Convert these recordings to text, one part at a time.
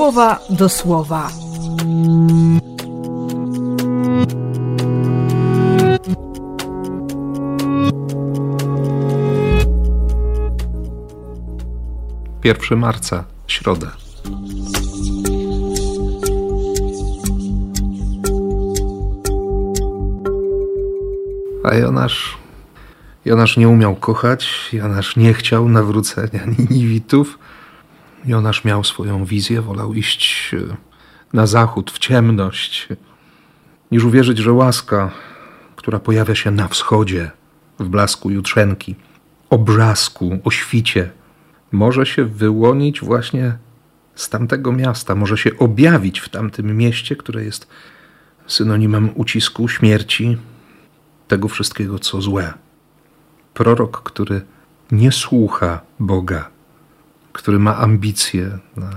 słowa do słowa. Pierwszy marca, środa. A Jonasz nie umiał kochać, Jonasz nie chciał nawrócenia Niniwitów. Jonasz miał swoją wizję, wolał iść na zachód, w ciemność, niż uwierzyć, że łaska, która pojawia się na wschodzie, w blasku jutrzenki, o brzasku, o świcie, może się wyłonić właśnie z tamtego miasta, może się objawić w tamtym mieście, które jest synonimem ucisku, śmierci, tego wszystkiego, co złe. Prorok, który nie słucha Boga, który ma ambicje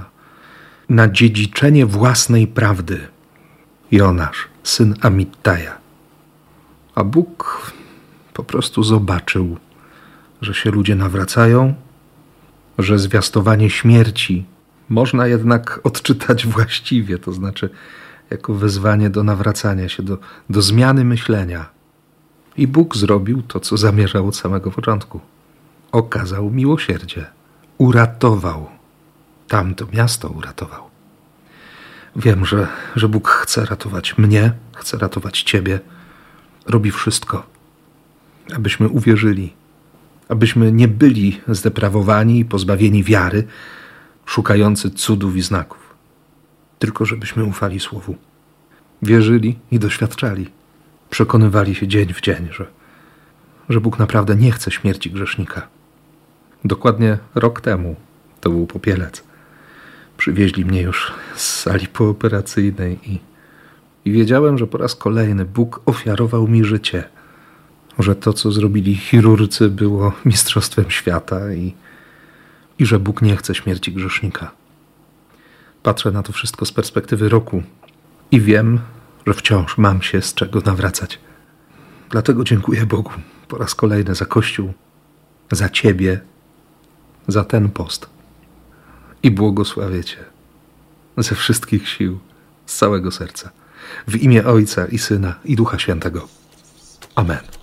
na dziedziczenie własnej prawdy. Jonasz, syn Amittaja. A Bóg po prostu zobaczył, że się ludzie nawracają, że zwiastowanie śmierci można jednak odczytać właściwie, to znaczy jako wezwanie do nawracania się, do zmiany myślenia. I Bóg zrobił to, co zamierzał od samego początku. Okazał miłosierdzie. Uratował. Tamto miasto uratował. Wiem, że Bóg chce ratować mnie, chce ratować Ciebie. Robi wszystko, abyśmy uwierzyli, abyśmy nie byli zdeprawowani i pozbawieni wiary, szukający cudów i znaków. Tylko żebyśmy ufali Słowu. Wierzyli i doświadczali. Przekonywali się dzień w dzień, że Bóg naprawdę nie chce śmierci grzesznika. Dokładnie rok temu, to był Popielec, przywieźli mnie już z sali pooperacyjnej i wiedziałem, że po raz kolejny Bóg ofiarował mi życie, że to, co zrobili chirurdzy, było mistrzostwem świata i że Bóg nie chce śmierci grzesznika. Patrzę na to wszystko z perspektywy roku i wiem, że wciąż mam się z czego nawracać. Dlatego dziękuję Bogu po raz kolejny za Kościół, za Ciebie, za ten post. I błogosławię Cię ze wszystkich sił, z całego serca. W imię Ojca i Syna i Ducha Świętego. Amen.